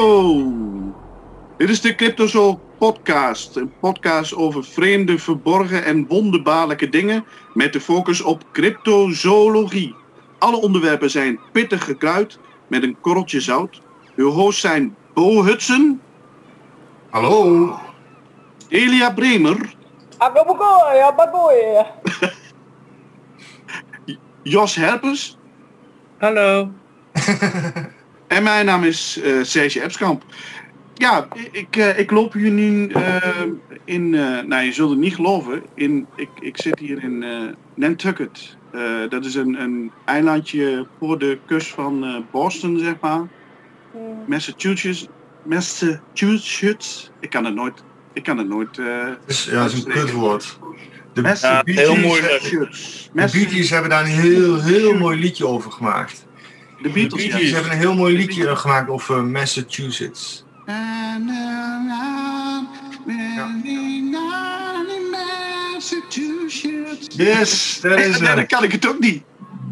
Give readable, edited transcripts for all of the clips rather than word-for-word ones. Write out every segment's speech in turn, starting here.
Hallo, dit is de Cryptozool podcast. Een podcast over vreemde, verborgen en wonderbaarlijke dingen met de focus op cryptozoologie. Alle onderwerpen zijn pittig gekruid met een korreltje zout. Uw hosts zijn Bo Hudson. Hallo. Elia Bremer. Jos Herpers. Hallo. En mijn naam is Serge Epskamp. Ja, ik loop hier nu in... nou, je zult het niet geloven. Ik zit hier in Nantucket. Dat is een eilandje voor de kust van Boston, zeg maar. Massachusetts. Ik kan het nooit... Dus, ja, dat is een kutwoord. Heel moeilijk. De Beatles hebben daar een heel mooi liedje over gemaakt. De Beatles hebben een heel mooi liedje gemaakt over Massachusetts. Yes, dat is het. Dan kan ik het ook niet.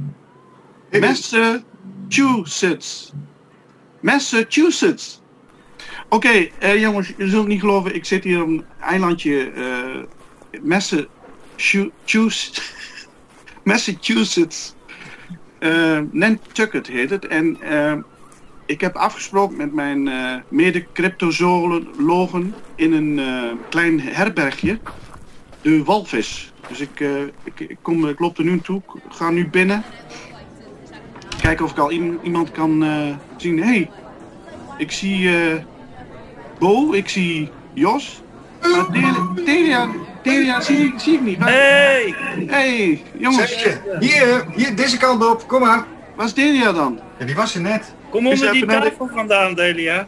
Massachusetts. Oké, jongens, je zult het niet geloven. Ik zit hier op een eilandje Massachusetts. Nantucket heet het. En ik heb afgesproken met mijn mede-cryptozoologen in een klein herbergje. De Walvis. Dus ik loop er nu naartoe. Ik ga nu binnen. Kijken of ik al iemand kan zien. Hey, ik zie Bo, ik zie Jos. Maar Delia zie ik niet. Hey, jongens. Hier, deze kant op, kom maar. Waar is Delia dan? Ja, die was er net. Kom onder die tafel vandaan, Delia.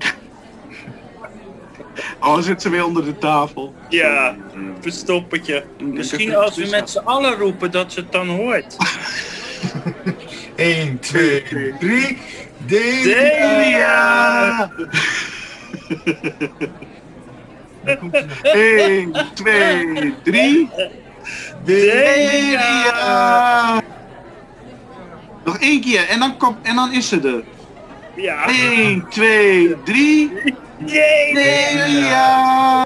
Oh, zit ze weer onder de tafel. Ja, verstoppertje. Misschien als we met z'n allen roepen dat ze het dan hoort. 1, 2, 3. Delia! 1, 2, 3. Delia! Nog één keer en dan is ze er. Ja. 1, 2, 3. Delia!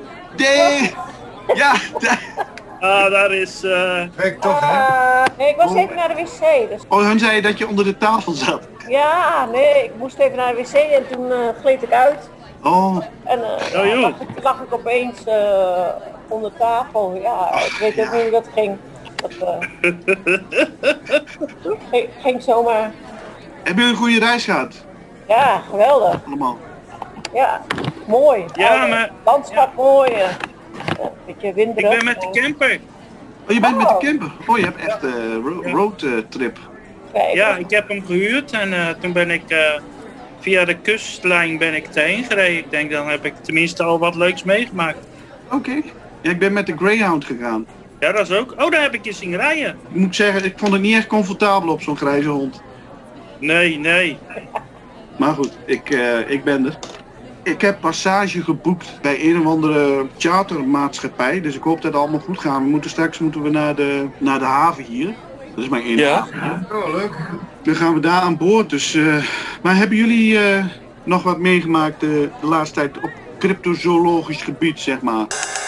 Ja, daar is... Kijk toch, hè? Nee, ik was even naar de wc. Dus... Oh, hun zei dat je onder de tafel zat. Ja, nee, ik moest even naar de wc en toen gleed ik uit. Oh. En lag ik opeens onder tafel. Ja, ik weet ook niet hoe dat ging. Dat ging zomaar. Hebben jullie een goede reis gehad? Ja, geweldig. Allemaal. Ja, mooi. Ja, maar... Landschap mooi. Een beetje winderig. Ik ben met de camper. Oh, je bent met de camper? Oh, je hebt echt een roadtrip. Ja, ik heb hem gehuurd en toen ben ik via de kustlijn ben ik erheen gereden. Ik denk, dan heb ik tenminste al wat leuks meegemaakt. Oké. Ja, ik ben met de Greyhound gegaan. Ja, dat is ook. Oh, daar heb ik je zien rijden. Ik moet zeggen, ik vond het niet echt comfortabel op zo'n grijze hond. Nee. Maar goed, ik ben er. Ik heb passage geboekt bij een of andere chartermaatschappij. Dus ik hoop dat het allemaal goed gaat. Straks moeten we naar de haven hier. Dat is maar één haven. Oh, leuk. Dan gaan we daar aan boord. Dus, maar hebben jullie nog wat meegemaakt de laatste tijd op cryptozoologisch gebied, zeg maar?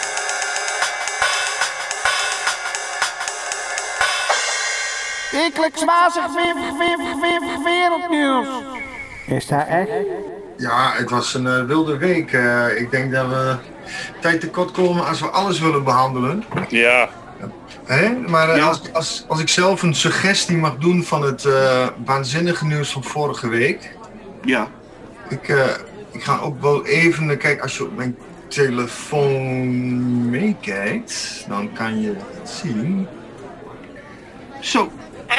Wekelijks wazig wereldnieuws. Is dat echt? Ja, het was een wilde week. Ik denk dat we tijd tekort komen als we alles willen behandelen. Ja. Maar als ik zelf een suggestie mag doen van het waanzinnige nieuws van vorige week. Ja. Ik ga ook wel even kijken, als je op mijn telefoon meekijkt, dan kan je het zien. Zo.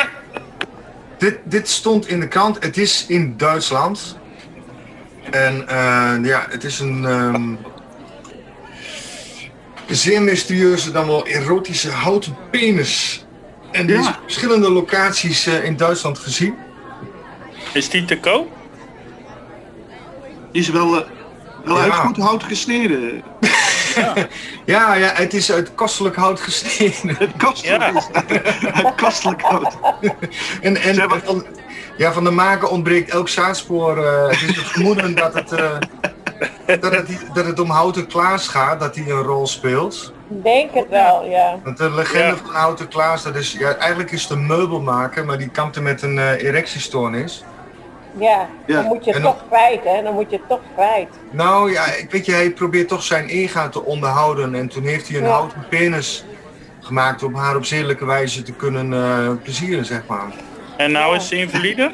Dit stond in de krant. Het is in Duitsland. En het is een zeer mysterieuze, dan wel erotische houten penis. En die is op verschillende locaties in Duitsland gezien. Is die te koop? Die is wel uit goed hout gesneden. Ja, het is uit kostelijk hout gesneden. Het kostelijk, uit kostelijk hout. Ja, van de maker ontbreekt elk zaadspoor. Het is het vermoeden dat het om Houten Klaas gaat, dat hij een rol speelt. Ik denk het wel, ja. Want de legende van Houten Klaas, dat is, eigenlijk is het een meubelmaker, maar die kampte met een erectiestoornis. Ja, Ja. dan moet je En het toch kwijt, hè. Dan moet je het toch kwijt. Nou ja, ik weet je, hij probeert toch zijn ega te onderhouden. En toen heeft hij een houten penis gemaakt om haar op zedelijke wijze te kunnen plezieren, zeg maar. En nou is ze invalide?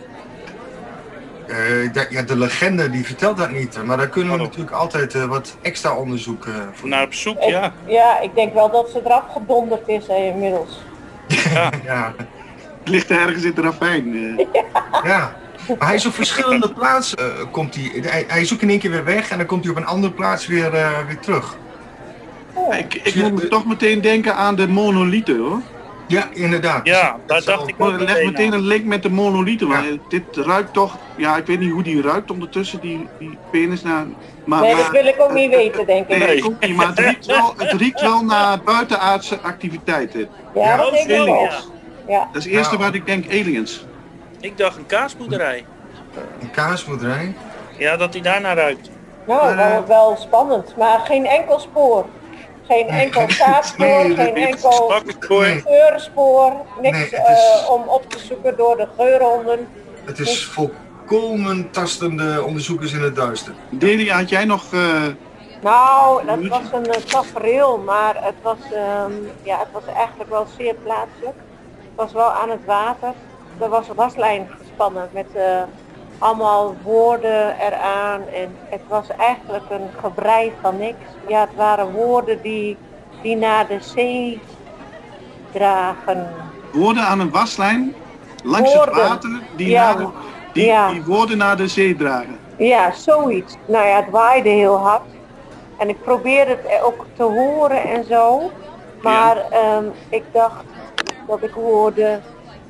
Ja, de legende die vertelt dat niet. Maar daar kunnen we natuurlijk altijd wat extra onderzoek voor Naar op zoek, Ik- ja. Ja, ik denk wel dat ze eraf gedonderd is, hè, inmiddels. ja. Het ligt ergens in de ravijn. Ja. Maar hij is op verschillende plaatsen. Komt hij is ook in één keer weer weg en dan komt hij op een andere plaats weer terug. Ik moet toch meteen denken aan de monolieten, hoor. Ja, inderdaad. Ja, daar dacht ik ook Leg meteen meteen aan. een link met de monolieten, want Ja. dit ruikt toch, ja, ik weet niet hoe die ruikt ondertussen, die penis naar... Maar, Nee, dat wil ik ook niet weten, denk ik. Nee, komt niet, maar het riekt wel naar buitenaardse activiteiten. Ja, dat denk ik wel. Aliens. Ja. Dat is het eerste Nou. wat ik denk, aliens. Ik dacht een kaasboerderij. Een kaasboerderij. Ja, dat hij daarna ruikt. Nou, wel spannend, maar geen enkel spoor. Geen enkel zaadspoor, geen enkel Spakkenkooi. Nee. geurspoor, niks Nee, het is- om op te zoeken door de geurhonden. Het is volkomen tastende onderzoekers in het duister. Deli, had jij nog... Nou, dat was een tafereel, maar het was, ja, het was eigenlijk wel zeer plaatselijk. Het was wel aan het water. Er was een waslijn gespannen met allemaal woorden eraan en het was eigenlijk een gebrei van niks. Ja, het waren woorden die naar de zee dragen. woorden aan een waslijn langs Woorden. het water die, Ja. die woorden naar de zee dragen. Ja, zoiets. Nou ja, het waaide heel hard. En ik probeerde het ook te horen en zo. Maar ik dacht dat ik hoorde...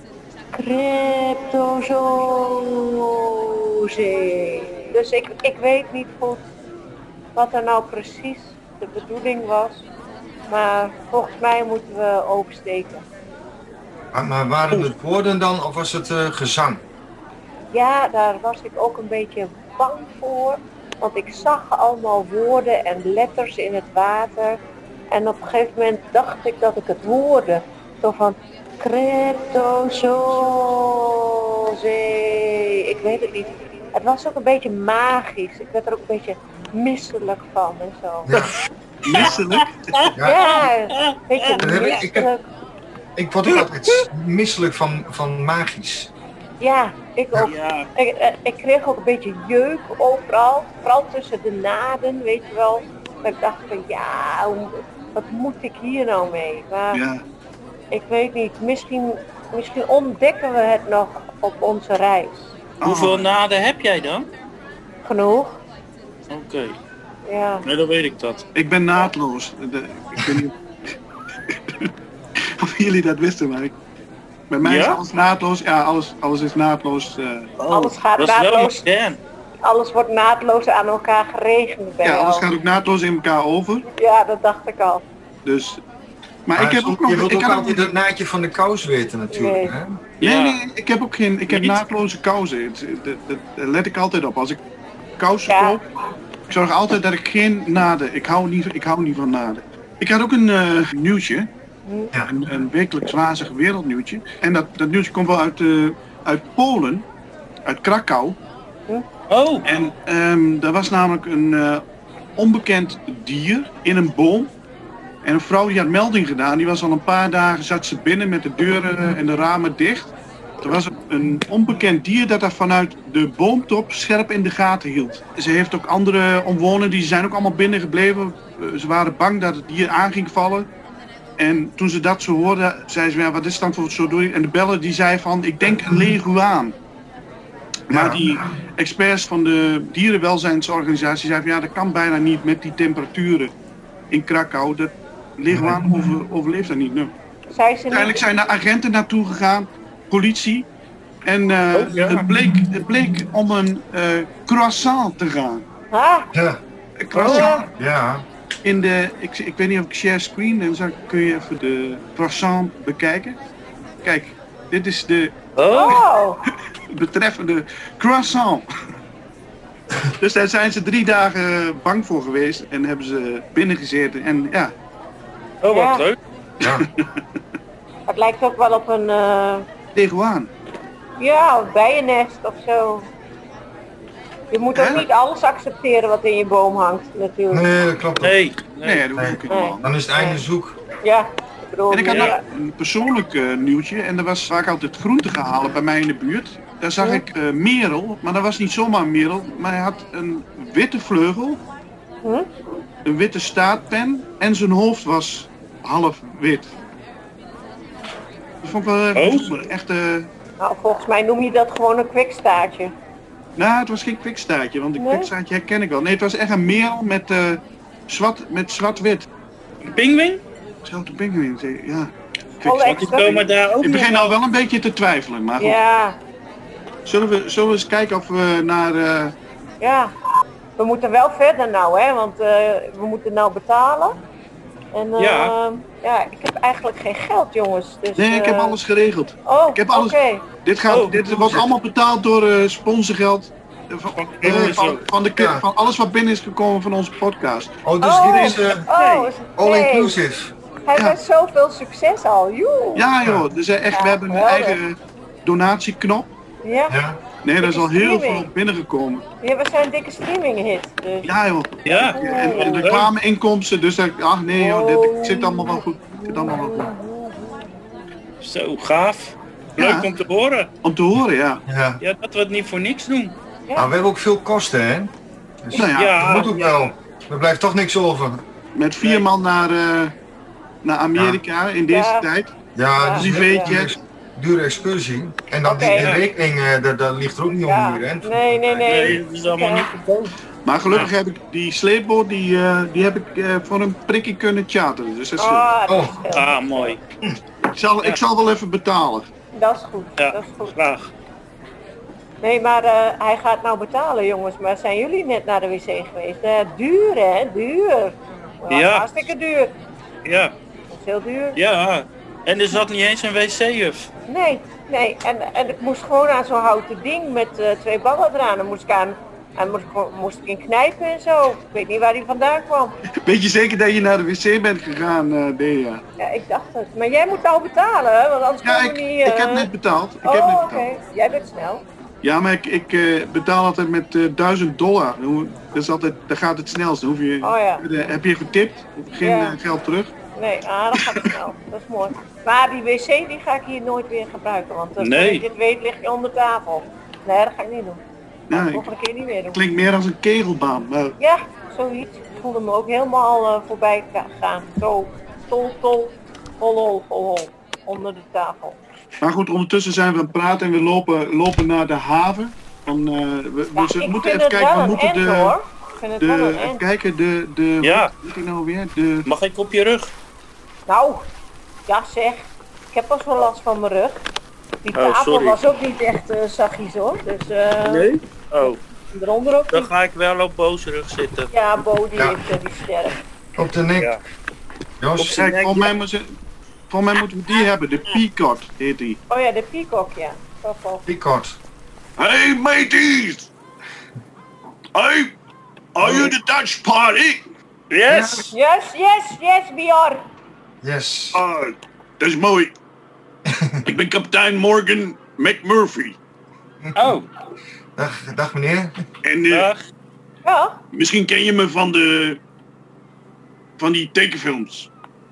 Cryptozoze. Dus ik weet niet goed wat er nou precies de bedoeling was. Maar volgens mij moeten we oversteken. Maar waren het woorden dan of was het gezang? Ja, daar was ik ook een beetje bang voor. Want ik zag allemaal woorden en letters in het water. En op een gegeven moment dacht ik dat ik het hoorde. Zo van Cryptozoze. Ik weet het niet. Het was ook een beetje magisch. Ik werd er ook een beetje misselijk van en zo. Ja. Misselijk. Ja, een beetje Dat heb ik- misselijk. Ik word ook altijd misselijk van magisch. Ja, ik ook. Ja, Ik kreeg ook een beetje jeuk overal, vooral tussen de naden, weet je wel. Dat ik dacht van ja, wat moet ik hier nou mee? Maar Ja. ik weet niet, misschien ontdekken we het nog op onze reis. hoeveel naden heb jij dan? Genoeg? Oké, Ja. nee, dan weet ik dat. Ik ben naadloos. Ik weet niet of jullie dat wisten, maar bij mij is Ja? alles naadloos. Ja, alles is naadloos. Alles gaat dat is wel naadloos. modern. Alles wordt naadloos aan elkaar geregend bij Ja, alles jou. gaat ook naadloos in elkaar over. Ja, dat dacht ik al. Dus, maar ik heb ook nog... Je wilt ik ook had altijd het naadje van de kous weten natuurlijk. Nee. Hè? Ja. Nee, ik heb ook geen... Ik heb Niet? naadloze kousen. Daar let ik altijd op. Als ik kousen Ja. koop, ik zorg altijd dat ik geen naden... Ik hou niet van naden. Ik had ook een nieuwtje. Ja. Een wekelijks wazig wereldnieuwtje. En dat nieuwtje komt wel uit Polen. Uit Krakau. Oh, En daar was namelijk een onbekend dier in een boom. En een vrouw die had melding gedaan. Die was al een paar dagen, zat ze binnen met de deuren en de ramen dicht. Er was een onbekend dier dat daar vanuit de boomtop scherp in de gaten hield. Ze heeft ook andere omwonenden, die zijn ook allemaal binnen gebleven. Ze waren bang dat het dier aan ging vallen. En toen ze dat zo hoorden, zei ze, ja, wat is het dan voor zo doe? En de beller die zei van, ik denk een leguaan. Maar Ja. die experts van de dierenwelzijnsorganisatie zeiden van, ja, dat kan bijna niet met die temperaturen in Krakau. Dat leguaan overleeft dat niet. Nee. Zei ze Uiteindelijk niet? zijn er agenten naartoe gegaan, politie. En ja. het bleek om een croissant te gaan. Ah, Ja. Een croissant. Ja. In de, ik weet niet of ik share screen, dan kun je even de croissant bekijken. Kijk, Dit is de Oh, betreffende croissant. Dus daar zijn ze 3 dagen bang voor geweest en hebben ze binnengezeten. En ja, Oh, wat Ja. leuk. Ja. het lijkt ook wel op een, tegenaan. ja, een bijennest of zo. Je moet ook Hè? niet alles accepteren wat in je boom hangt, natuurlijk. Nee, dat klopt ook. Nee. Nee, dat hoef ik helemaal. Dan is het einde zoek. Ja, ik bedoel, En ik had ja. nog een persoonlijk nieuwtje. En dat was waar ik altijd groente ga halen bij mij in de buurt. Daar zag ik Merel, maar dat was niet zomaar Merel. Maar hij had een witte vleugel, Hm? een witte staartpen en zijn hoofd was half wit. Dat vond ik wel bijzonder. Echt, Nou, volgens mij noem je dat gewoon een kwikstaartje. nou, het was geen kwikstaartje, want een Nee? kwikstaartje herken ik wel. Nee, het was echt een Merel met zwart-wit. Een pinguïn? Zelfde pinguïn, ja. Oh, Want die komen daar ook Ik begin nog nou wel een beetje te twijfelen, maar goed. Ja, Zullen we eens kijken of we naar... ja. We moeten wel verder nou, hè, want we moeten nou betalen. En Ja. ja, ik heb eigenlijk geen geld, jongens. Dus, Nee, ik heb alles geregeld. Oh, Ik heb alles. oké. Dit wordt allemaal betaald door sponsorgeld. Van alles wat binnen is gekomen van onze podcast. Oh, dus Oh, dit is all nee. inclusive. Hij Ja. heeft zoveel succes al, joe. Ja joh, dus echt, we hebben een geweldig. eigen donatieknop. Ja. Ja. Nee, daar is al heel Streaming. veel binnengekomen. Ja, we zijn dikke streaming hit. Dus. Ja joh. Ja. En reclameinkomsten, dus ach nee joh, dit zit allemaal wel goed. Zit allemaal wel goed. Zo, gaaf. Leuk Ja. om te horen. Om te horen, ja. Ja. Ja, dat we het niet voor niks doen. Nou, we hebben ook veel kosten, hè? Dus Nou ja, Ja. dat moet ook wel. Er blijft toch niks over. met 4 man naar Amerika in deze Ja. tijd. Ja, dus Privéetje. dure excursie. En dan Oké. die rekening, dat ligt er ook niet Ja. om hier, hè? Nee. Nee, dat is allemaal niet verboden. Maar gelukkig heb ik die sleepboot, die heb ik voor een prikkie kunnen charteren. Dus dat is, Ah, dat Oh. is heel Ah, mooi. ik zal wel even betalen. Dat is goed, Ja, dat is goed. graag. Nee, maar hij gaat nou betalen, jongens. Maar zijn jullie net naar de wc geweest? Duur, hè? Duur. Wel, Ja. Hartstikke duur. Ja, Dat is heel duur. ja. En er zat niet eens een wc-juf. Nee. En ik moest gewoon aan zo'n houten ding met 2 ballen eraan. Dan moest ik aan... En moest ik in knijpen en zo. Ik weet niet waar hij vandaan kwam. Weet je zeker dat je naar de wc bent gegaan, Dea? Ja, ik dacht het. Maar jij moet nou betalen, hè? Want anders Ja, komen we niet... ik heb net betaald. Ik heb Oh, net oké. betaald. Jij bent snel. Ja, maar ik betaal altijd met $1000. Dat is altijd, dat gaat het snelst. Dan hoef je, Oh ja. heb je getipt, geen Ja. geld terug. Nee, dat gaat snel. Dat is mooi. Maar die wc die ga ik hier nooit weer gebruiken. Want Nee. als je dit weet lig je onder tafel. Nee, dat ga ik niet doen. Dat Ja, ga ik ik- volgende keer niet meer doen. Klinkt meer als een kegelbaan. Maar Ja, zoiets. Ik voelde me ook helemaal voorbij gaan. Zo, hol, onder de tafel. Maar goed, ondertussen zijn we aan het praten en we lopen naar de haven. We Ja, moeten ik vind even het kijken, wel we een moeten end, hoor. Ik vind het wel een even end. kijken, Ja. wat moet ik nou weer? Mag ik op je rug? Nou, ja zeg. Ik heb pas wel last van mijn rug. Die Oh, tafel sorry. was ook niet echt zachtjes hoor. Dus Oh, eronder ook dan niet. ga ik wel op boze rug zitten. Ja, Bo die Ja. heeft die sterk. Op de nek. Ja. Jos, Kijk, volgens mij moeten we die hebben, de Peacock heet die. Oh ja, de peacock, ja. Tof. Piekort. Hey mateys! Hey, are you the Dutch party? Yes! Yes, we are. Yes. Dat is mooi. Ik ben kapitein Morgan McMurphy. Oh, Dag meneer. En dag. Ja, misschien ken je me van die tekenfilms.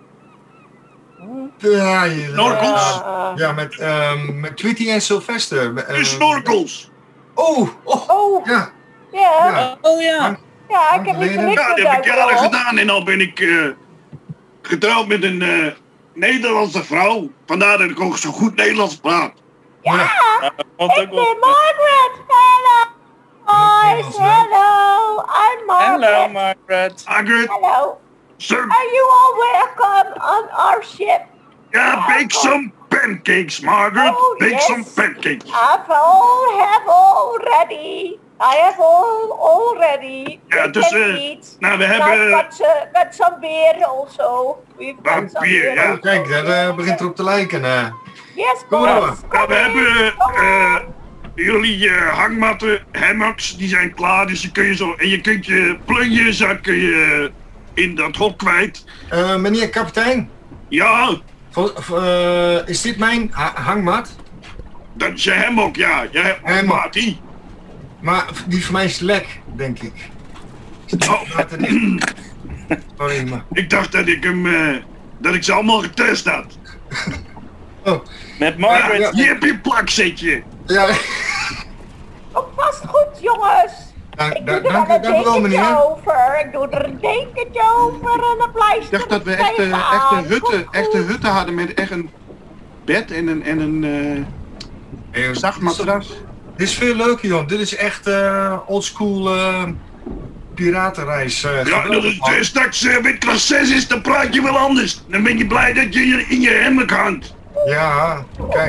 Ja, Snorkels. ja met Tweety en Sylvester. De snorkels. Oh, ja, ja. Oh ja. ja, ik heb niet geleden. gelikt Ja, met dat heb ik jaren duiken. gedaan en al ben ik getrouwd met een Nederlandse vrouw. Vandaar dat ik ook zo goed Nederlands praat. Want Ik ook wel- ben Margaret. Hello. Boys, hello. I'm Margaret. Hello, Margaret. Margaret, Hello. sir, Are you all welcome on our ship? yeah, bake some pancakes, Margaret. Oh, Bake yes. some pancakes. Have all ready. I have all ready. Ja, We dus, can eat. nou, we I've hebben... got some beer also. We've got some Bier, beer. ja. Oh, kijk, dat begint erop te lijken. Yes, Kom boys. maar. Ja, we hebben jullie hangmatten, hammocks, die zijn klaar. Dus je kunt je plunjezak in dat hok kwijt. Meneer kapitein, Ja, is dit mijn hangmat? dat is je hammock, ja. Je hangmat, die. Maar die van mij is lek, denk ik. Oh, Sorry, maar... ik dacht dat ik ze allemaal getest had. Oh, Met Margaret. Ja, hier heb je een plakzetje. ja. Kom vast goed, jongens. Ik doe er Dank wel u wel, een meneer. dekentje over. Ik doe er een dekentje over en een pleister. Ik dacht dat we echte hutten hadden met echt een bed en een zacht matras. Dit is veel leuker, joh. Dit is echt oldschool piratenreis. Ja, dat is straks met klas 6 is, dan praat je wel anders. Dan ben je blij dat je in je hammock hangt. Ja, kijk.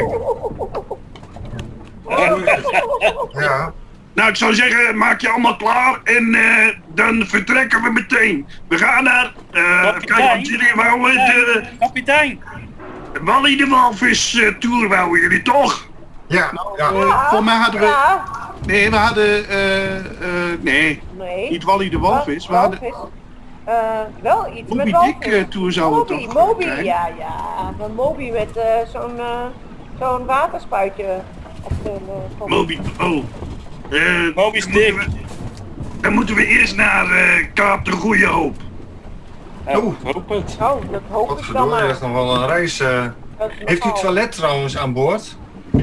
Ja. Nou, ik zou zeggen, maak je allemaal klaar en dan vertrekken we meteen. We gaan naar, even kijken wat jullie wouden, de Kapitein. Wally de Walvis tour wouden jullie toch? Ja, ja. Voor mij hadden we, Ja. nee, we hadden, nee, Nee. niet Wally de Walvis, we hadden Wel iets Moby met walvis. Dick tour zouden we Moby, toch Moby, krijgen? ja. Maar Moby met zo'n waterspuitje op de kop. Moby, oh. Moby's dan dik. moeten Dan moeten we eerst naar Kaap de Goeie Hoop. Oeh. Hoop het. Oh, dat hoop ik dan Godverdomme, dat maar. is nog wel een reis. Dat is Heeft u nogal- toilet trouwens aan boord?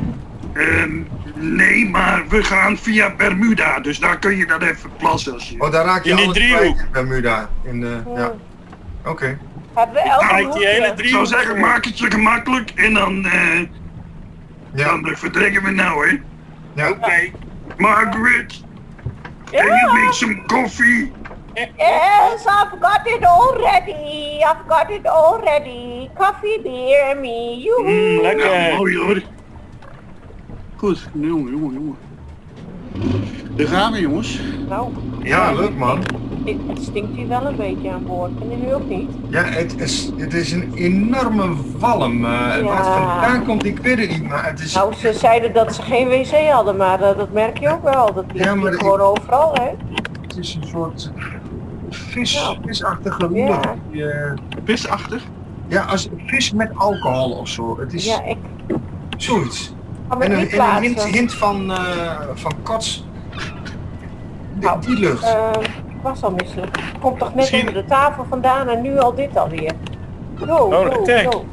Nee, maar we gaan via Bermuda, dus daar kun je dan even plassen als je... Oh, daar raak je In die alles driehoek. kwijt in Bermuda. Ja. Oké. Hebben we elke Draait die hele hoekje? Ik drie. zou zeggen, maak het je gemakkelijk en dan, Ja. dan vertrekken we nou, hè. Ja. Oké. Margaret, can you Ja. make some coffee? Yes, I've got it already. I've got it already. Coffee, beer, me, you. Lekker. Ja, mooi hoor. Goed, jongen. Daar gaan we, jongens. Nou, Ja, leuk man. het stinkt hier wel een beetje aan boord. Vinden jullie ook niet? Ja, het is een enorme walm. Wat vandaan komt, ik weet het niet, maar het is... Nou, ze zeiden dat ze geen wc hadden, maar dat merk je ook wel. Dat ligt Ja, maar hier gewoon overal, hè? Het is een soort Ja. visachtige Ja. lucht. Die, Visachtig. ja, als vis met alcohol of zo. Het is Ja, ik zoiets. kan me En niet een plaatsen. hint van kots. Nou, Die lucht. Ik was al misselijk. Komt toch net Misschien- onder de tafel vandaan en nu al dit alweer. Go, kijk. go.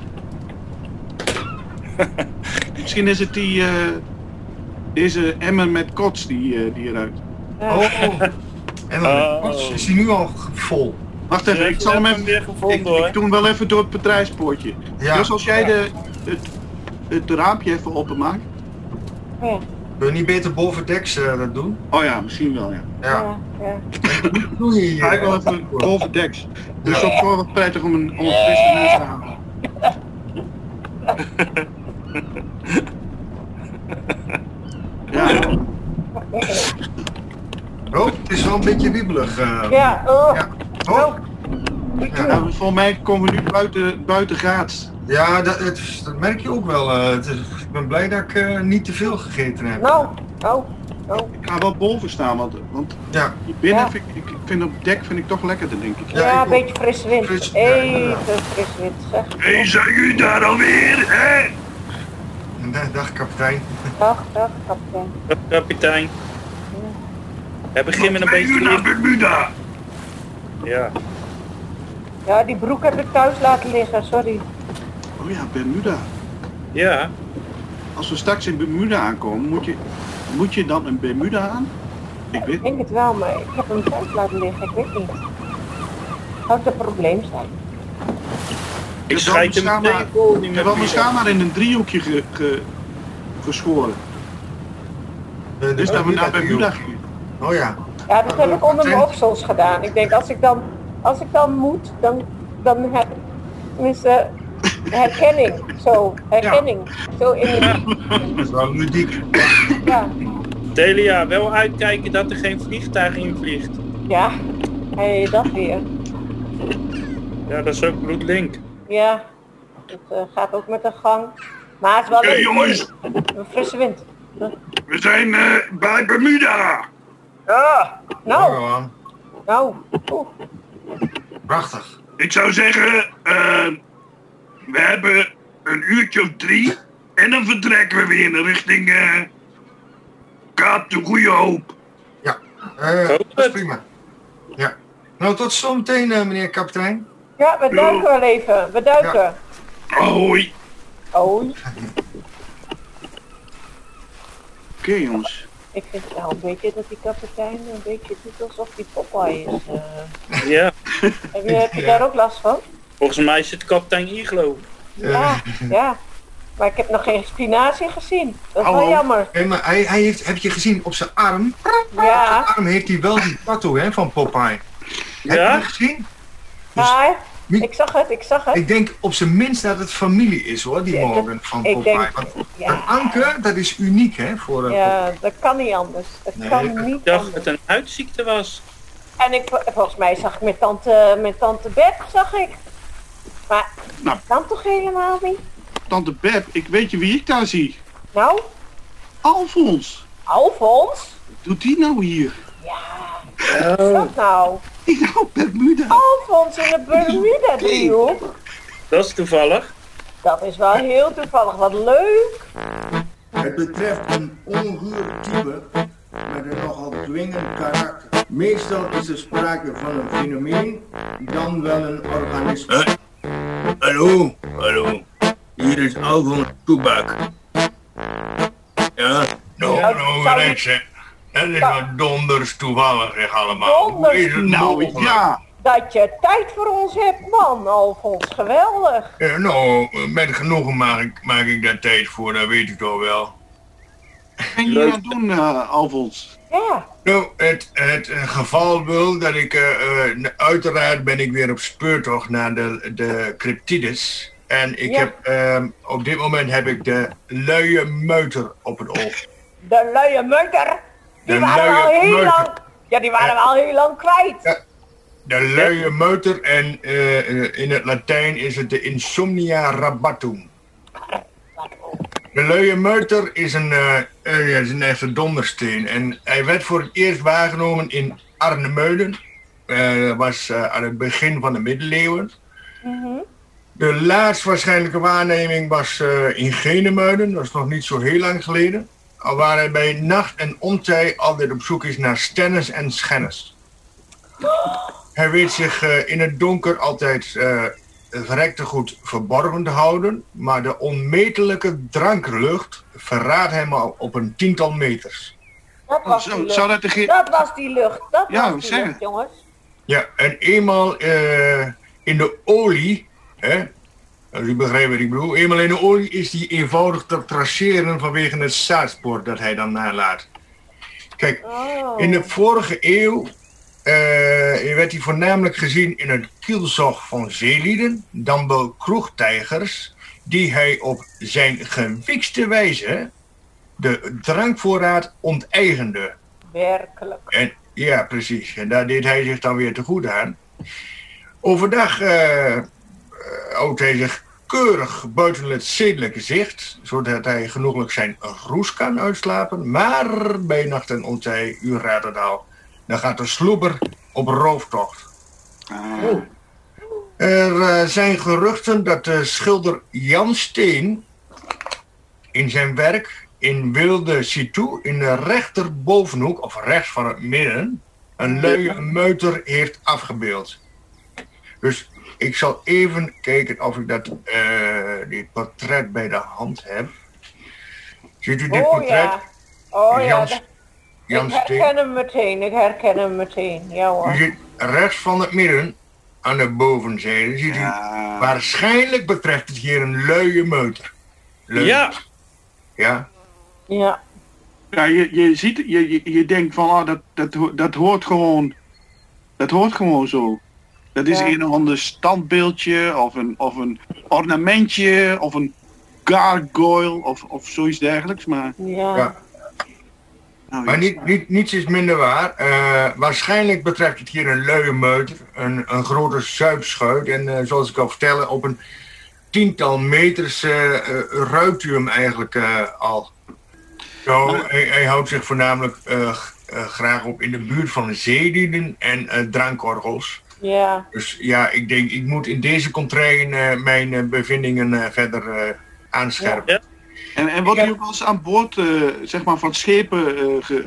Misschien is het deze emmer met kots die eruit. Oh. En dan Oh. kots is die nu al vol. Wacht even, ik zal hem even... weer gevonden hoor. Ik doe hem wel even door het patrijspoortje. Ja. Dus als jij het raampje even openmaakt. Ja, Wil je niet beter bovendeks dat doen? Oh ja, misschien wel, ja. Ja. ja. Doe je hier. Ga ik wel even overdeks. Dus op voor wat prettig om een frisse neus te halen. Ja, Oh, het is wel een beetje wiebelig. Ja, Ja. Oh. nou, volgens mij komen we nu buiten graad. Ja, dat merk je ook wel. Ik ben blij dat ik niet te veel gegeten heb. nou, Ik ga wel boven staan, want Ja, hier binnen Ja. ik vind op dek vind ik toch lekkerder, denk ik. Ja, ja, ik een ook. beetje frisse wind. Fris- ja, Even inderdaad. frisse wind, zeg. Hé, zijn jullie daar alweer, hè? dag kapitein. Dag, kapitein. Kapitein. We beginnen een Zijn jullie beetje naar licht. Bermuda? Ja. Ja, die broek heb ik thuis laten liggen, sorry. Oh ja, Bermuda. Ja. Als we straks in Bermuda aankomen, moet je dan een Bermuda aan? Ik weet Ik denk het wel, maar ik heb hem thuis laten liggen, ik weet niet. Zou het een probleem zijn? Ik heb wel schijt hem mijn meteen schaamhaar- vol. Ik heb wel mijn schaamhaar in een driehoekje geschoren. Dus dat we naar Bermuda gingen. Oh ja. Ja, dat heb ik onder mijn oksels gedaan. Ik denk, als ik dan moet, dan heb ik tenminste herkenning. Zo, herkenning. Zo in de, Dat is wel ludiek. ja. Delia, wel uitkijken dat er geen vliegtuig invliegt. Ja, hey, dat weer. Ja, dat is ook bloedlink. Ja, het gaat ook met een gang. Maar het is wel Oké, leuk. jongens. Een frisse wind. We zijn bij Bermuda. Ja, nou, Gewoon. nou. Oeh. Prachtig. Ik zou zeggen, we hebben een uurtje of 3 en dan vertrekken we weer richting Kaap de Goede Hoop. Ja, dat is prima. Ja. Nou, tot zometeen, meneer kapitein. Ja, we duiken wel even. We duiken. Hoi. Oh, Oké, jongens. ik vind wel een beetje dat die kapitein een beetje doet alsof die Popeye is. Ja, Heb je Ja. daar ook last van? volgens mij zit kapitein Iglo. Ja, ja. Maar ik heb nog geen spinazie gezien. Dat is Hallo. wel jammer. Hey, maar hij heeft, heb je gezien op zijn arm? Ja, Arm heeft hij wel die tattoo hè, van Popeye. Heb je Ja? dat gezien? maar Wie- ik zag het. Ik denk op zijn minst dat het familie is hoor, die Ja, Morgan van ik Popeye. denk- Want ja. een anker, dat is uniek hè, voor Popeye. Ja, dat kan niet anders. Dat Nee, kan ik niet Ik dacht dat anders. het een huidziekte was. En volgens mij zag ik met tante Beb, zag ik. Maar Nou. dan toch helemaal niet? Tante Beb, ik weet je wie ik daar zie. Nou, Alfons. Alfons? Wat doet die nou hier? Wat is dat nou? Nou, Bermuda. Alfons in de Bermuda-driehoek? Dat is toevallig. Dat is wel heel toevallig. Wat leuk. Het betreft een onguur type met een nogal dwingend karakter. Meestal is er sprake van een fenomeen, dan wel een organisme. Hallo, hallo. Hier is Alfons Toebak. Ja, Nou, zou Rex, hè. Dat is wat donders toevallig zeg allemaal. Donders. Hoe is het Nou, mogelijk? ja. Dat je tijd voor ons hebt, man, Alfons. Geweldig. Ja, nou, met genoegen maak ik daar tijd voor, dat weet ik toch wel. Wat ben je aan het doen, Alfons? Ja. Nou, het geval wil dat ik, uiteraard ben ik weer op speurtocht naar de Cryptides. En ik Ja. heb, op dit moment heb ik de luie muiter op het oog. De luie muiter. Die De waren we al luie heel muiter. lang. Ja, die waren we al heel lang kwijt. Ja. De luie muiter en in het Latijn is het de insomnia rabatum. De luie muiter is een echte dondersteen en hij werd voor het eerst waargenomen in Arnemuiden. Dat was aan het begin van de middeleeuwen. De laatst waarschijnlijke waarneming was in Genemuiden, dat is nog niet zo heel lang geleden. Al waar hij bij nacht en ontij altijd op zoek is naar stennis en schennis. Hij weet zich in het donker altijd verrekte goed verborgen te houden, maar de onmetelijke dranklucht verraadt hem al op een 10-tal meters. Dat was die Zou lucht. dat de Dat was die lucht. Dat Ja, was die zeg. lucht, jongens. Ja, en eenmaal in de olie, hè, als u begrijpt wat ik bedoel, eenmaal in de olie is die eenvoudig te traceren vanwege het zaadspoor dat hij dan nalaat. Kijk, Oh. in de vorige eeuw werd hij voornamelijk gezien in het kielzog van zeelieden, dan wel kroegtijgers, die hij op zijn gewiekste wijze de drankvoorraad onteigende. Werkelijk. En, ja, precies. En daar deed hij zich dan weer te goed aan. Overdag houdt hij zich keurig buiten het zedelijke zicht, zodat hij genoeglijk zijn roes kan uitslapen. Maar bij nacht en ontij, u raadt het al, dan gaat de sloeber op rooftocht. Er zijn geruchten dat de schilder Jan Steen in zijn werk in Wilde Situ in de rechterbovenhoek, of rechts van het midden, een luie muiter heeft afgebeeld. Dus ik zal even kijken of ik dit portret bij de hand heb. Ziet u dit Oh portret? ja. Oh ja. Jan, dat- Jan Ik Steen. herken hem meteen. Ik herken hem meteen. Ja U hoor. ziet rechts van het midden, aan de bovenzijde, ziet u, Ja. waarschijnlijk betreft het hier een luie muiter. Luie. Ja. Ja? Ja. Ja, je ziet, je denkt van, dat hoort gewoon, dat hoort gewoon zo. Dat is Ja. een of ander standbeeldje, of een ornamentje, of een gargoyle, of zoiets dergelijks. Maar, Ja. Ja. nou, Maar niets is minder waar. Waarschijnlijk betreft het hier een luie muiter, een grote zuipschuit. En zoals ik al vertelde, op een tiental meters ruikt u hem eigenlijk al. Zo, hij houdt zich voornamelijk graag op in de buurt van zeelieden en drankorgels. Ja. Dus ja, ik denk, ik moet in deze contraien mijn bevindingen verder aanscherpen. Ja. En wordt u ook wel eens aan boord, zeg maar, van schepen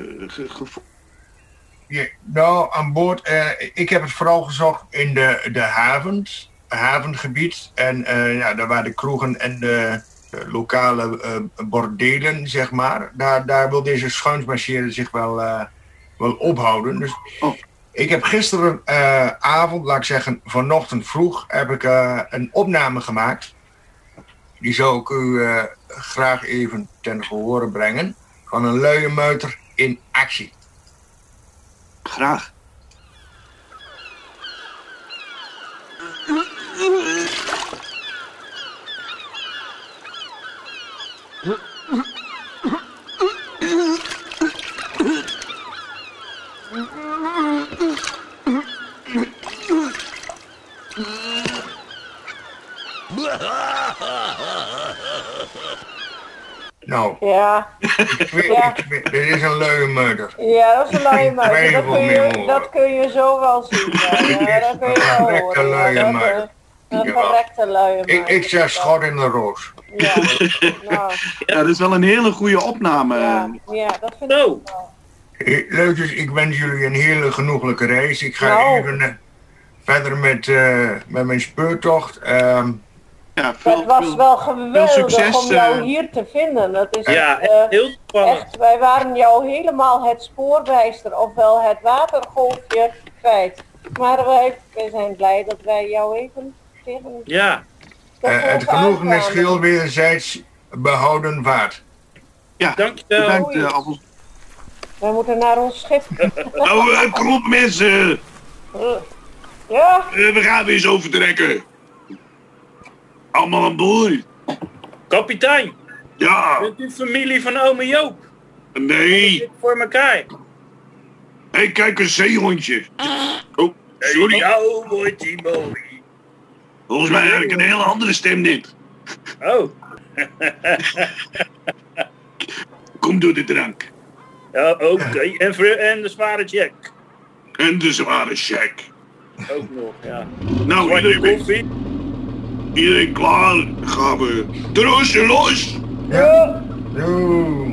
Ja, nou, aan boord, ik heb het vooral gezocht in de havengebied. En ja, daar waar de kroegen en de lokale bordelen, zeg maar. Daar wil deze schuinsmarcheerder zich wel ophouden. Dus ik heb gisteravond, laat ik zeggen vanochtend vroeg, heb ik een opname gemaakt. Die zou ik u graag even ten gehore brengen. Van een luie muiter in actie. Graag. Nou, Ja. dit is een luie muiter. Ja, dat is een luie muiter. twijfel meer hoor. Dat kun je zo wel zien. Ja, dat kun je wel Verrekte horen. luie Ja, muiter. een verrekte luie muiter. Ik zeg schot in de roos. Ja, nou, Ja, dat is wel een hele goede opname. ja, dat vind ik ook wel. Leutjes, ik wens jullie een hele genoeglijke reis. Ik ga Nou. even verder met mijn speurtocht. Ja, Het was wel geweldig succes, om jou hier te vinden. Dat is Ja, echt, heel spannend. echt, wij waren jou helemaal het spoorwijster, ofwel het watergolfje kwijt. Maar wij zijn blij dat wij jou even tegen Ja, Het genoegen is geheel wederzijds behouden waard. Ja, dankjewel. bedankt Appels. Wij moeten naar ons schip. Nou, kom op mensen. Ja, We gaan weer zo vertrekken. Allemaal aan boord. Kapitein, Ja, bent u familie van ome Joop? nee. Dit voor elkaar. Hé, kijk, een zeehondje. Oh, sorry. Oh, mooi, mooi. Volgens mij heb ik een hele andere stem dit. Oh, Kom door de drank. ja, oké. En de zware jack. En de zware check. Ook nog, ja. Nou, Zwarte iedereen, koffie. iedereen klaar. Dan gaan we troosje los. Ja. Yo.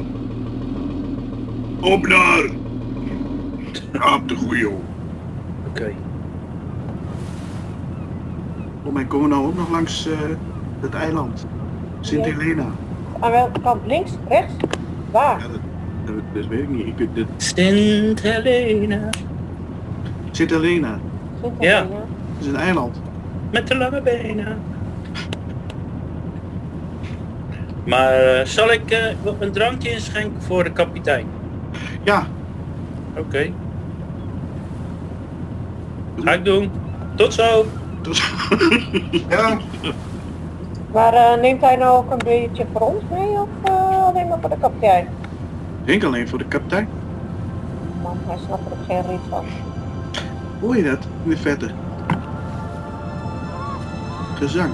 Op naar Kaap de Goeie. Oké. Oh, mij komen we nou ook nog langs het eiland. Sint Helena. aan welke kant? Links? Rechts? Waar? Ja, dat weet ik niet. Sint Helena. Sint Helena. Sint Ja. Helena. Dat is een eiland. Met de lange benen. Maar zal ik een drankje inschenken voor de kapitein? Ja, Oké. Ga ik doen. Tot zo. Ja. Maar neemt hij nou ook een beetje voor ons mee of alleen maar voor de kapitein? ik denk alleen voor de kapitein. Man, hij snapt er ook geen reet van. Hoor je dat in de vette? Gezang.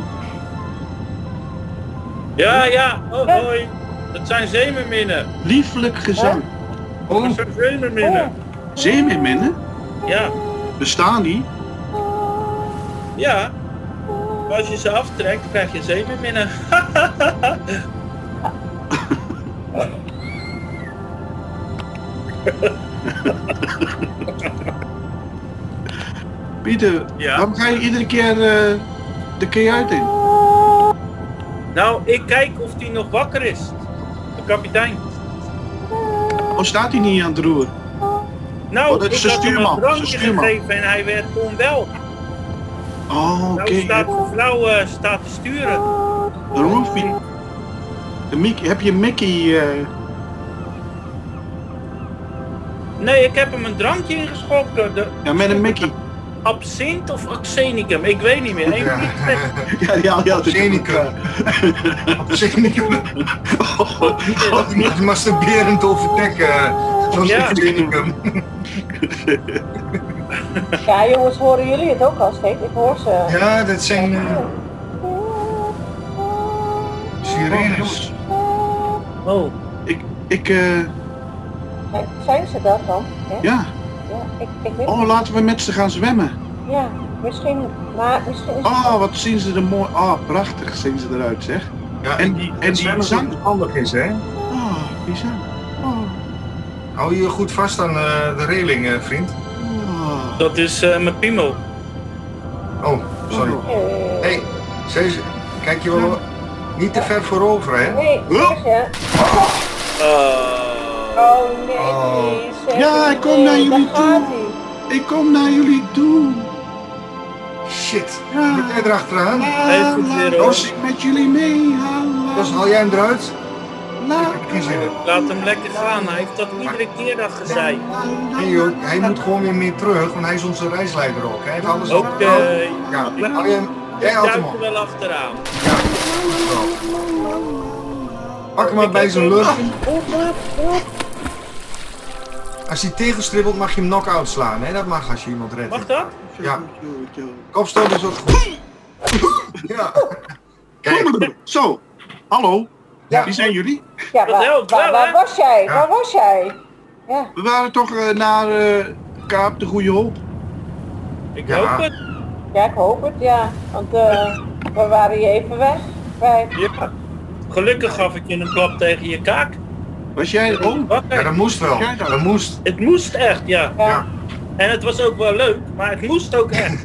Ja, ja. Oh, hoi. Dat zijn zeemerminnen. Lieflijk gezang. Dat zijn zeemerminnen. Zeemeerminnen? Ja. Bestaan die? Ja. Als je ze aftrekt, krijg je zeemerminnen. Pieter, Ja? waarom ga je iedere keer de kajuit in? Nou, ik kijk of die nog wakker is. De kapitein. Of staat hij niet aan het roer? Nou, Oh, dat is ik de had hem stuurman, een dat is de drankje stuurman. gegeven en hij werd onwel. Oh, oké. Nou staat de vrouw staat te sturen. De roofie. Heb je Mickey... Nee, ik heb hem een drankje ingeschonken. De Ja, met een Mickey. absint of accenicum, ik weet niet meer. Eén van die twee. Ja, Zenicum. Zenicum. Wat niet masturberend overdekken. Zoals Ja. Zenicum. Ja jongens, horen jullie het ook al steeds? Ik hoor ze. Ja, dat zijn... sirenes. Oh, Zijn ze dat dan? Hè? Ja. Ja, ik weet Oh, laten we met ze gaan zwemmen. Ja, misschien. Maar misschien is Oh, wat zien ze er mooi. Oh, prachtig zien ze eruit, zeg. Ja, En die zwemmen zang. handig is, hè? Oh, die zang. Oh. Hou je goed vast aan de reling, vriend. Oh. dat is mijn piemel. Oh, sorry. Hey, kijk je wel niet te ver voorover, hè? Nee, zeg je. Oh nee, zeg. Ja, ik kom naar jullie daar toe. gaat hij. Ik kom naar jullie toe. Shit, Ja. moet jij erachteraan? Even weer Los ik met jullie mee. Dus haal jij hem eruit? La, Ik heb geen zin in. Laat hem lekker gaan. Hij heeft dat iedere keer al gezegd. Nee joh, hij moet gewoon weer meer terug, want hij is onze reisleider ook. Hij heeft alles Oké. Ja, hou je hem. Jij Ik houdt hem duik er op. wel achteraan. Ja. Pak hem maar bij zijn lucht. Als hij tegenstribbelt mag je hem knock-out slaan. Hè? Dat mag als je iemand redt. Mag dat? Ja. Kopstoot is ook goed. Ja. Kijk. Zo, hallo. Ja. Wie zijn jullie? Ja, Dat helpt wel, waar hè? was jij? Ja. Waar was jij? Ja. We waren toch naar Kaap de Goede Hoop. Ik Ja. hoop het. Ja, ik hoop het, ja. Want we waren hier even weg. Ja. Gelukkig gaf ik je een klap tegen je kaak. Was jij er ook? Wat? Ja, dat moest wel. Dat moest. Het moest echt, ja. Ja. En het was ook wel leuk, maar het moest ook echt.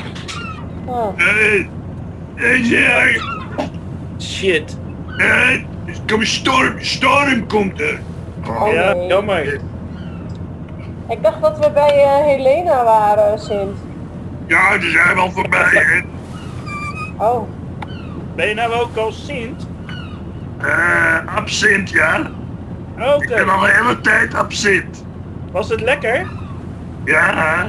Shit. Kom, storm komt er. Oh. Ja, nee. jammer. Ik dacht dat we bij Helena waren, Sint. Ja, daar zijn we al voorbij, hè. Oh, Ben je nou ook al Sint? Absint, ja. Oké. Ik ben al de hele tijd absint. Was het lekker? Ja.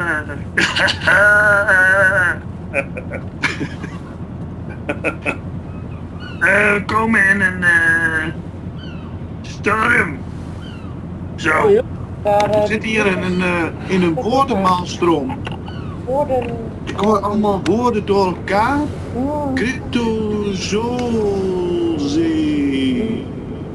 Kom in en storm. Zo. daar We zitten hier in een woordenmaalstroom. woorden. Ik hoor allemaal woorden door elkaar. Hmm. Cryptozolzee.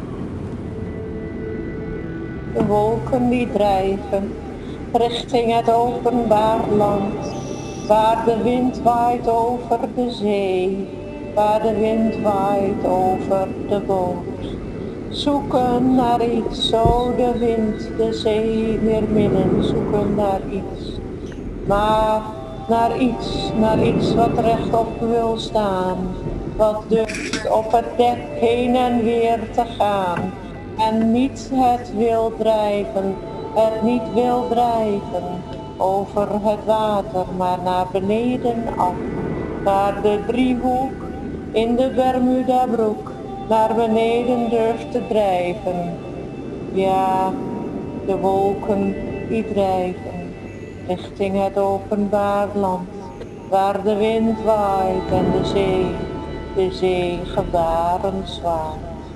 De wolken die drijven richting het openbaar land, waar de wind waait over de zee, waar de wind waait over de boot. Zoeken naar iets, zo de wind de zee weer midden, zoeken naar iets. Maar naar iets wat rechtop wil staan, wat durft op het dek heen en weer te gaan. En niet het wil drijven, het niet wil drijven over het water, maar naar beneden af. Naar de driehoek in de Bermudabroek, naar beneden durft te drijven. Ja, de wolken die drijven richting het openbaar land, waar de wind waait en de zee gebaren zwaait.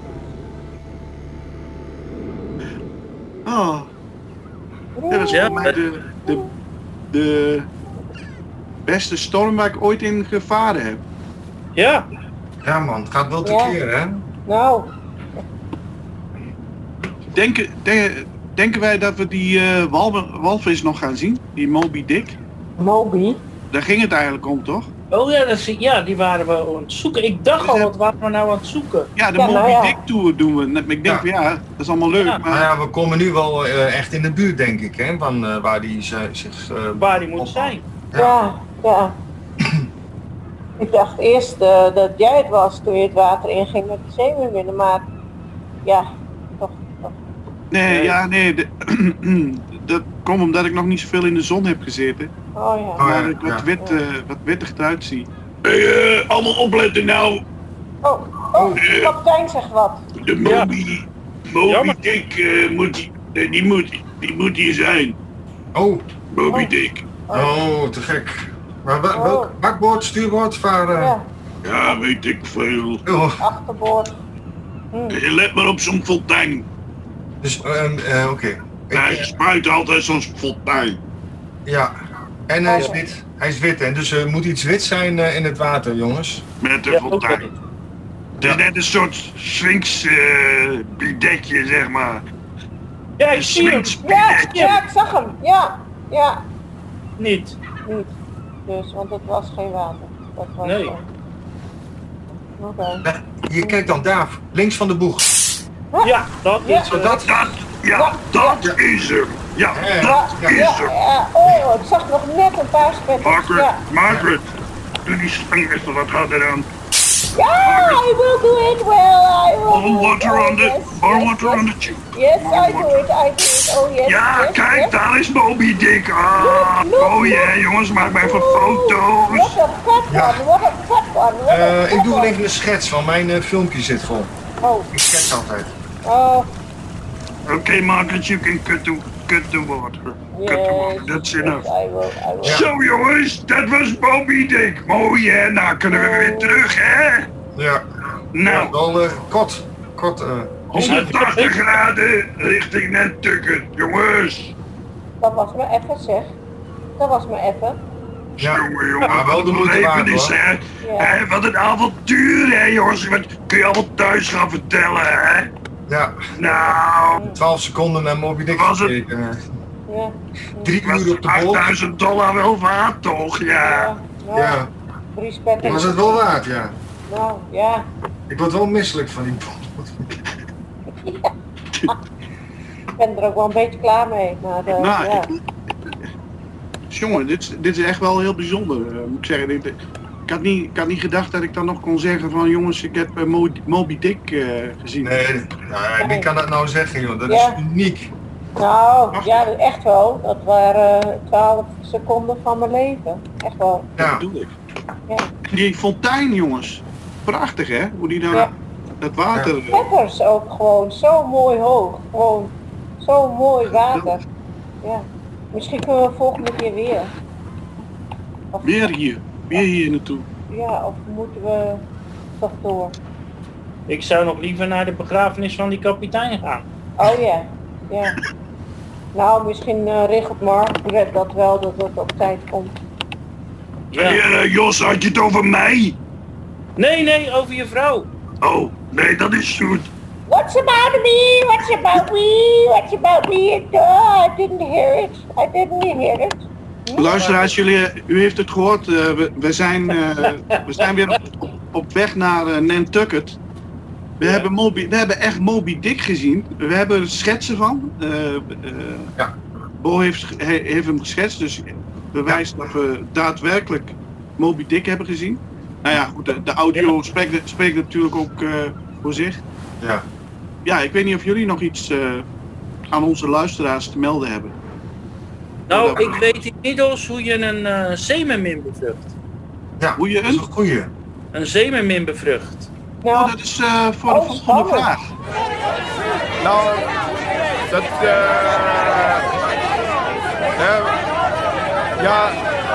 Oh. Dat is voor mij de beste storm waar ik ooit in gevaren heb. Ja. Ja man, het gaat wel Ja. tekeer hè? Nou, Denken wij dat we die walvis nog gaan zien? Die Moby Dick? Moby. Daar ging het eigenlijk om, toch? Oh ja, die waren we aan het zoeken. Ik dacht al, wat waren we nou aan het zoeken? Ja, de Ja, Moby nou ja. Dick Tour doen we. Ik denk, Ja. ja, dat is allemaal leuk. Ja. Maar Maar ja, we komen nu wel echt in de buurt denk ik hè, van waar die zich... Waar die moet op- zijn. Ja, ja. Ik dacht eerst dat jij het was toen je het water inging met de zeemeerminnen, maar ja, toch. nee, dat komt omdat ik nog niet zoveel in de zon heb gezeten. Oh ja. Oh, ja. Maar ik wat wittig eruit zie. Hey, allemaal opletten nou. De kapitein zegt wat. De Moby Jammer. Dick die moet hier zijn. Oh, Moby Oh. Dick. oh, te gek. Maar welk bakboord, stuurboord, varen? Ja, Ja, weet ik veel. Oh, achterboord. Let maar op zo'n fontein. dus oké. Ja, je spuit altijd zo'n fontein. Ja, en hij is wit. Hij is wit en dus er moet iets wit zijn in het water jongens. Met de Ja, fontein. oké. is net een soort Sphinx bidetje, zeg maar. Ja, ik Een zie hem. Sphinx Ja, bidetje. ja, ik zag hem. Ja, ja. Niet. Niet. Dus, want het was geen water. Dat was Nee. Oké. Hier, kijk dan, Daaf. Links van de boeg. Ja, dat Ja. is Zo dat. Dat is hem. Ja, Ja, dat is ja, hem. ja. Oh, ik zag nog net een paar spetters. Margaret, Ja. Margaret. Doe die slang eens wat harder aan. Ja, I will do it well. I will Bottle do it. water on the, Yes, bottle yes, water yes. on the cheek. Yes, I do it. I do it. Oh yes. Ja, yes, kijk, yes. daar is Moby Dick. Look, Oh yeah, jongens, maak mij even What foto's. a fat Ja. one. What a fat one. What a Ik fat doe one. even een schets van mijn filmpje zit vol. Oh, Ik schets altijd. oh. Okay, Margaret, you can cut the water. Cut the water, Yes, that's yes, enough. I will. Zo jongens, dat was Moby Dick. Mooi hè, nou kunnen we weer terug hè. Ja. Ja, Nou, wel kort. 180 graden richting Nantucket, jongens. Dat was me even zeg. Dat was me even. Ja. Jongen, Maar wel de moeite even waard, eens, hoor. hè. Ja. Hè, wat een avontuur hè jongens. Wat kun je allemaal thuis gaan vertellen hè. Ja, Nou, 12 seconden naar Moby Dick Was het? gekeken. Ja. 3 was uur op de boot. $8.000 wel waard toch, ja. Ja. Nou, Ja, 3 spetters. was het wel waard, ja. Nou, ja. Ik word wel misselijk van die boot. Ik ben er ook wel een beetje klaar mee. Maar Nou, ja. Jongen, dit is echt wel heel bijzonder, moet ik zeggen. Ik had niet gedacht dat ik dan nog kon zeggen van jongens, ik heb Moby Dick gezien. Nee, wie kan dat nou zeggen, joh? Dat is Ja. uniek. Nou, ja, echt wel. Dat waren 12 seconden van mijn leven. Echt wel. Dat Ja, bedoel ik. Ja. Die fontein, jongens. Prachtig, hè? Hoe die daar, Ja. dat water... Peppers ook gewoon zo mooi hoog. Gewoon zo mooi water. Ja. Misschien kunnen we volgende keer weer. Of, Weer hier naartoe. Ja, of moeten we toch door? Ik zou nog liever naar de begrafenis van die kapitein gaan. Oh ja, ja. Nou, misschien regelt Margaret dat wel, dat het op tijd komt. Ja. Hey, Jos, had je het over mij? Nee, over je vrouw. Oh, nee, dat is goed. What's about me? What's about me? What's about me? I didn't hear it. I didn't hear it. Luisteraars, u heeft het gehoord. We zijn weer op weg naar Nantucket. We hebben echt Moby Dick gezien. We hebben er schetsen van. Ja. Bo heeft hem geschetst, dus bewijst dat we daadwerkelijk Moby Dick hebben gezien. Nou ja, goed, de audio spreekt natuurlijk ook voor zich. ja. Ja, ik weet niet of jullie nog iets aan onze luisteraars te melden hebben. Nou, ik weet inmiddels hoe je een zeemermin bevrucht. Ja, Hoe je dat is een- een goeie. Een zeemermin bevrucht. Nou, Oh, dat is voor de volgende spannend. vraag. Nou, dat ja,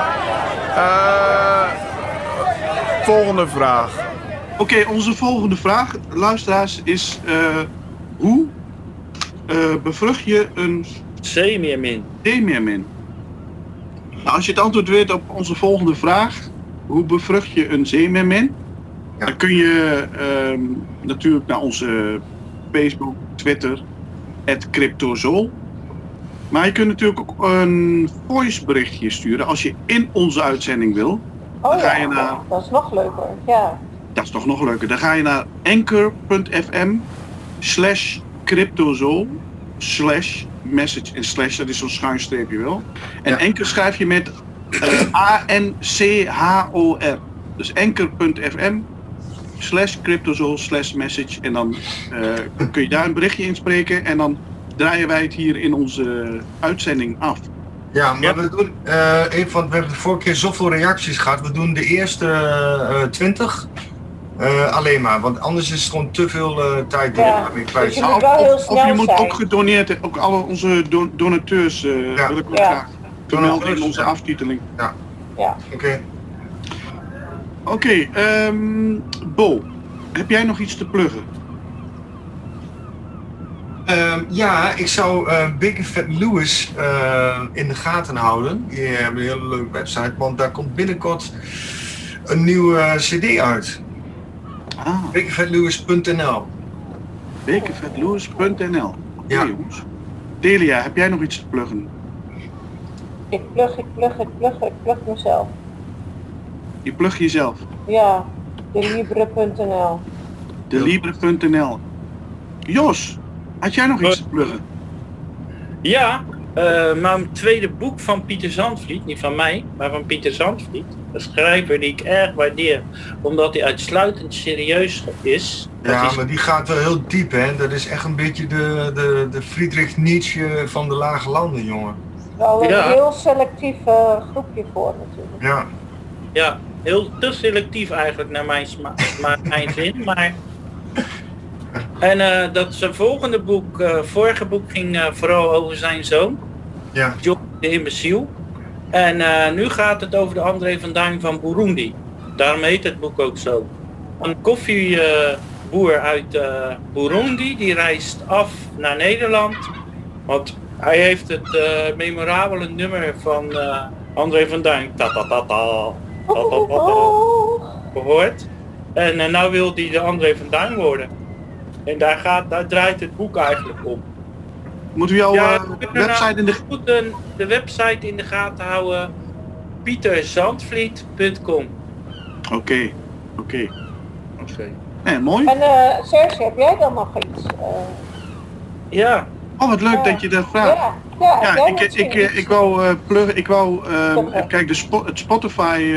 volgende vraag. Oké, onze volgende vraag, luisteraars, is hoe bevrucht je een Zeemermin. zeemeermin? Nou, als je het antwoord weet op onze volgende vraag, hoe bevrucht je een zeemeermin? Ja. Dan kun je natuurlijk naar onze Facebook, Twitter, @cryptozool. Maar je kunt natuurlijk ook een voiceberichtje sturen als je in onze uitzending wil. oh Dan ga je ja, naar, dat is nog leuker. Ja. dat is toch nog leuker. Dan ga je naar anchor.fm/cryptozool/ message en slash, dat is zo'n schuinstreepje wel. En Ja. Anchor schrijf je met ANCHOR. Dus anchor.fm/cryptozool/message en dan kun je daar een berichtje inspreken en dan draaien wij het hier in onze uitzending af. Ja, maar we doen even, want we hebben de vorige keer zoveel reacties gehad. We doen de eerste 20 alleen maar, want anders is het gewoon te veel tijd die Ja, we daarmee kwijt dus je zijn. moet wel heel Of je snel moet zijn. ook gedoneerd, ook alle onze donateurs wil ik ook Ja. graag vermelden in onze Ja. aftiteling. Ja. Oké. Oké, Bo, heb jij nog iets te pluggen? Ja, ik zou Big Fat Louis in de gaten houden. Die hebben een hele leuke website, want daar komt binnenkort een nieuwe CD uit. Bekervetlewis.nl. Bekervetlewis.nl. Oké, Ja. jongens. Delia, heb jij nog iets te pluggen? Ik plug mezelf. Je plug jezelf. Ja, delibre.nl. Delibre.nl. Jos, had jij nog iets te pluggen? Ja, mijn tweede boek van Pieter Zandvliet, niet van mij, maar van Pieter Zandvliet. Een schrijver die ik erg waardeer, omdat hij uitsluitend serieus is. Ja, maar die gaat wel heel diep, hè. Dat is echt een beetje de Friedrich Nietzsche van de lage landen, jongen. Wel een Ja. heel selectief groepje voor natuurlijk. Ja. Ja, heel te selectief eigenlijk naar mijn zin, maar... En dat zijn volgende boek, vorige boek ging vooral over zijn zoon, Ja. John de Imbeciel. En nu gaat het over de André van Duin van Burundi. Daarom heet het boek ook zo. Een koffieboer uit Burundi, die reist af naar Nederland. Want hij heeft het memorabele nummer van André van Duin gehoord. En nou wil hij de André van Duin worden. En daar draait het boek eigenlijk om. Moeten we jouw website in de... de website in de gaten houden. pieterzandvliet.com. Oké. Mooi. En Serge, heb jij dan nog iets? Ja. Oh, wat leuk dat je dat vraagt. Ja, Ja, ik wou pluggen. Ik wou kijk, het Spotify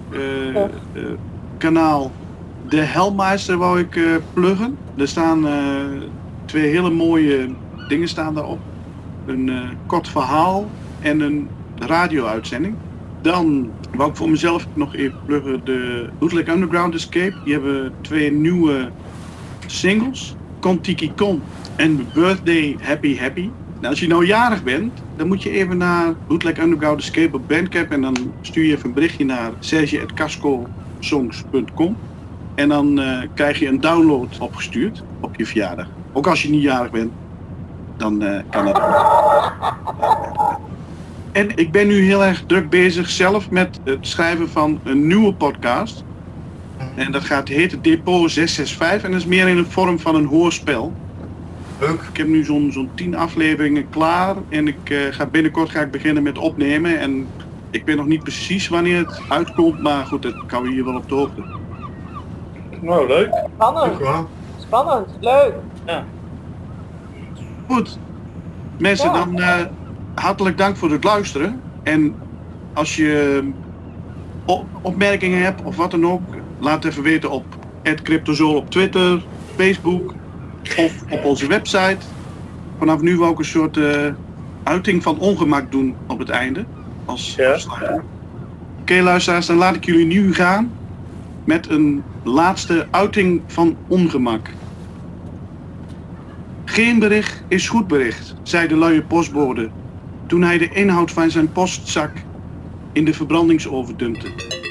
kanaal De Helmeister wou ik pluggen. Er staan 2 hele mooie dingen staan daarop. Een kort verhaal en een radio-uitzending. Dan wou ik voor mezelf nog even pluggen de Bootleg Underground Escape. Die hebben 2 nieuwe singles. Con Tiki Con en Birthday Happy Happy. Nou, als je nou jarig bent, dan moet je even naar Bootleg Underground Escape op Bandcamp en dan stuur je even een berichtje naar serge@cascosongs.com en dan krijg je een download opgestuurd op je verjaardag. Ook als je niet jarig bent, dan kan dat ook. En ik ben nu heel erg druk bezig zelf met het schrijven van een nieuwe podcast. En dat heet Depot 665 en dat is meer in de vorm van een hoorspel. Leuk. Ik heb nu zo'n 10 afleveringen klaar en binnenkort ga ik beginnen met opnemen. En ik weet nog niet precies wanneer het uitkomt, maar goed, dat kan we hier wel op de hoogte. Nou, leuk. Spannend, leuk. Ja. Goed, mensen, dan hartelijk dank voor het luisteren. En als je opmerkingen hebt of wat dan ook, laat het even weten op @cryptozool op Twitter, Facebook of op onze website. Vanaf nu wou ik een soort uiting van ongemak doen op het einde. Oké, luisteraars, dan laat ik jullie nu gaan met een laatste uiting van ongemak. Geen bericht is goed bericht, zei de luie postbode toen hij de inhoud van zijn postzak in de verbrandingsoven dumpte.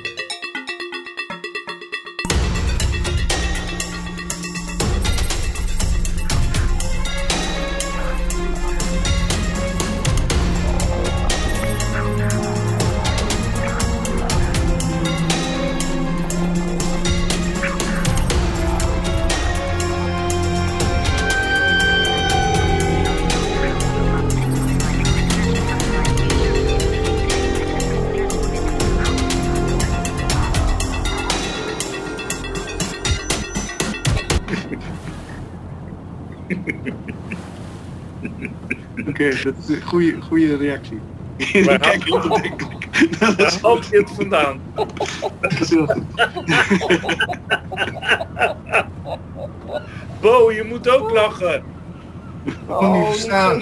Oké, dat is een goede reactie. Kijk, waar haal je het vandaan? Bo, je moet ook lachen. Niet verstaan.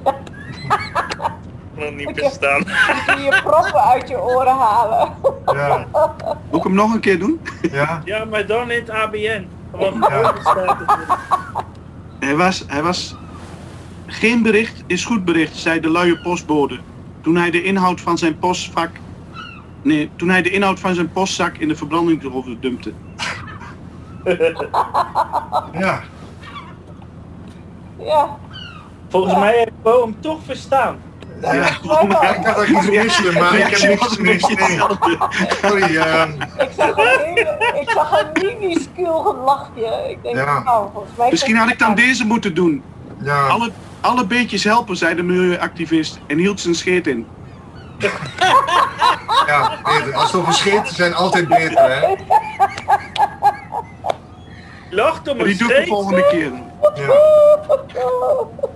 Nog niet verstaan. Je moet je proppen uit je oren halen. Ja. Moet ik hem nog een keer doen? Ja. Ja, maar dan in het ABN. Want Hij was... Geen bericht is goed bericht, zei de luie postbode toen hij de inhoud van zijn postzak in de verbrandingsoven dumpte. Ja. Ja. Volgens mij heeft Bo hem toch verstaan. Ja. Ik had ook iets wisselen, maar ik heb niks gemist. Nee. Sorry. Ik zag een minuscuul lachje. Ik denk, Ja. nou, volgens mij... Misschien had ik dan deze moeten doen. Ja. Alle beetjes helpen, zei de milieuactivist. En hield zijn scheet in. Ja, beter. Als het over scheet zijn altijd beter, hè? Lacht om Maar een die doe ik de steeds. volgende keer. Ja.